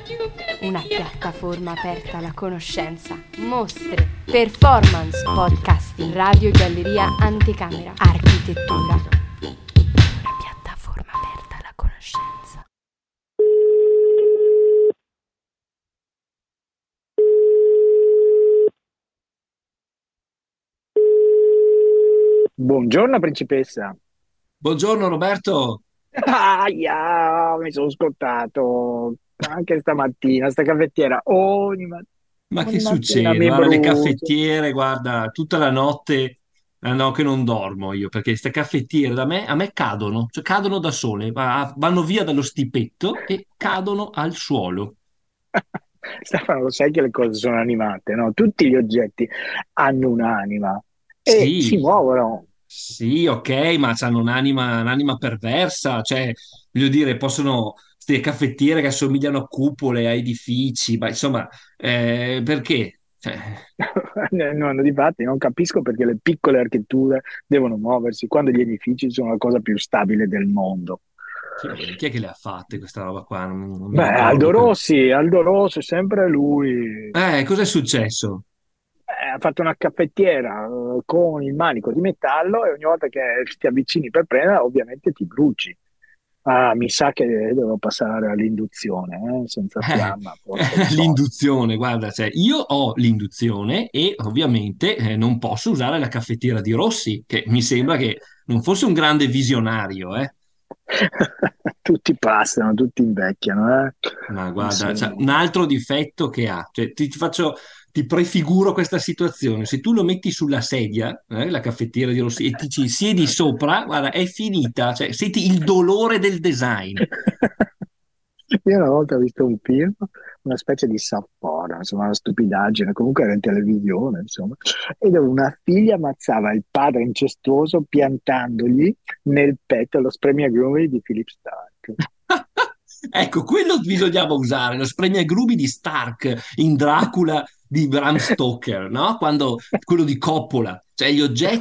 Una piattaforma aperta alla conoscenza, mostre, performance, podcasting, radio, galleria, anticamera, architettura. Una piattaforma aperta alla conoscenza. Buongiorno principessa. Buongiorno Roberto, Ahia, mi sono scottato anche stamattina, sta caffettiera ma che ogni mattina succede? mi Guarda, le brucia. caffettiere, guarda, tutta la notte, no, che non dormo io, perché queste caffettiere a me cadono, cioè cadono da sole, vanno via dallo stipetto e cadono al suolo. Stefano, lo sai che le cose sono animate, no? Tutti gli oggetti hanno un'anima e si Sì, muovono. sì, ok, ma hanno un'anima perversa, cioè, voglio dire, possono, queste caffettiere che assomigliano a cupole, a edifici, ma insomma, perché? Cioè, No, no, difatti non capisco perché le piccole architetture devono muoversi quando gli edifici sono la cosa più stabile del mondo. sì, ma chi è che le ha fatte questa roba qua? Non mi Beh, ricordo. Aldo Rossi, sempre lui. Cos'è successo? Ha fatto una caffettiera con il manico di metallo e ogni volta che ti avvicini per prendere, ovviamente ti bruci. Ah, mi sa che devo passare all'induzione, senza fiamma, porca di soldi. L'induzione, guarda, cioè, io ho l'induzione e ovviamente non posso usare la caffettiera di Rossi, che mi sembra che non fosse un grande visionario, eh. Tutti passano, tutti invecchiano, eh? Ma guarda, cioè, Insomma. un altro difetto che ha, cioè, ti prefiguro questa situazione, se tu lo metti sulla sedia, la caffettiera di Rossi, e ti ci siedi sopra, guarda, è finita, cioè, senti il dolore del design. Io una volta ho visto un film, una specie di sapore, insomma, una stupidaggine, comunque era in televisione, insomma, e dove una figlia ammazzava il padre incestuoso piantandogli nel petto lo spremiagrumi di Philip Stark. Ecco, quello bisognava usare, lo spremiagrumi di Stark in Dracula di Bram Stoker, no? Quando, quello di Coppola, cioè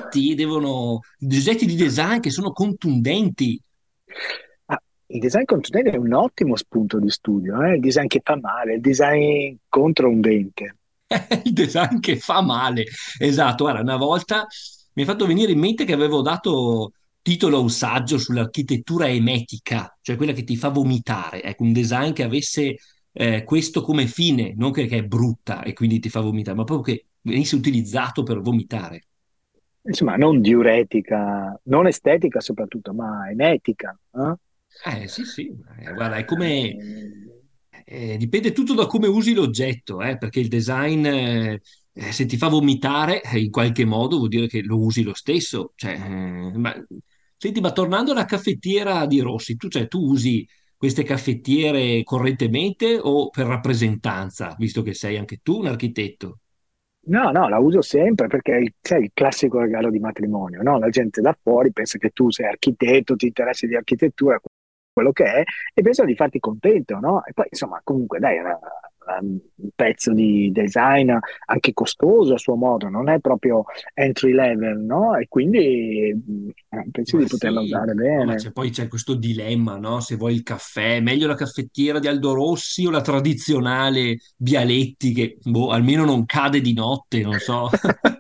gli oggetti di design che sono contundenti. Ah, il design contundente è un ottimo spunto di studio, il design che fa male, il design contro un dente. Il design che fa male. Esatto, guarda, una volta mi è fatto venire in mente che avevo dato titolo a un saggio sull'architettura emetica, cioè quella che ti fa vomitare. Ecco, un design che avesse questo come fine, non che è brutta e quindi ti fa vomitare, ma proprio che venisse utilizzato per vomitare. Insomma, non diuretica, non estetica soprattutto, ma emetica. Sì, sì, guarda, è come Eh, dipende tutto da come usi l'oggetto, perché il design, se ti fa vomitare, in qualche modo vuol dire che lo usi lo stesso. Cioè, senti, ma tornando alla caffettiera di Rossi, cioè, tu usi queste caffettiere correntemente o per rappresentanza, visto che sei anche tu un architetto? No, no, la uso sempre perché sai, il classico regalo di matrimonio, no? La gente da fuori pensa che tu sei architetto, ti interessi di architettura, quello che è, e pensa di farti contento, no? E poi, insomma, comunque, dai, è un pezzo di design anche costoso a suo modo, non è proprio entry level, no? E quindi penso Ma di poterla sì, usare no, ma bene. poi c'è questo dilemma, no? Se vuoi il caffè, meglio la caffettiera di Aldo Rossi o la tradizionale Bialetti che, boh, almeno non cade di notte, non so.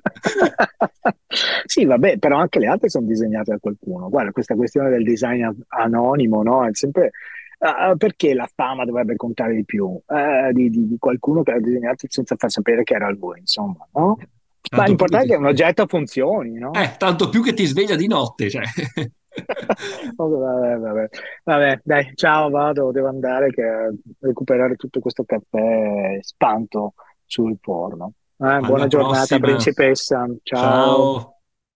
Sì, vabbè, però anche le altre sono disegnate da qualcuno. Guarda, questa questione del design anonimo, no? È sempre perché la fama dovrebbe contare di più di qualcuno che l'ha disegnato senza far sapere che era lui, insomma, no? Ma Tanto più che l'importante è ti... che un oggetto funzioni, no? tanto più che ti sveglia di notte, cioè. Vabbè, vabbè. Vabbè, dai, ciao, vado, devo andare che recuperare tutto questo caffè spanto sul forno. Buona Alla giornata, prossima. principessa. Ciao. Ciao.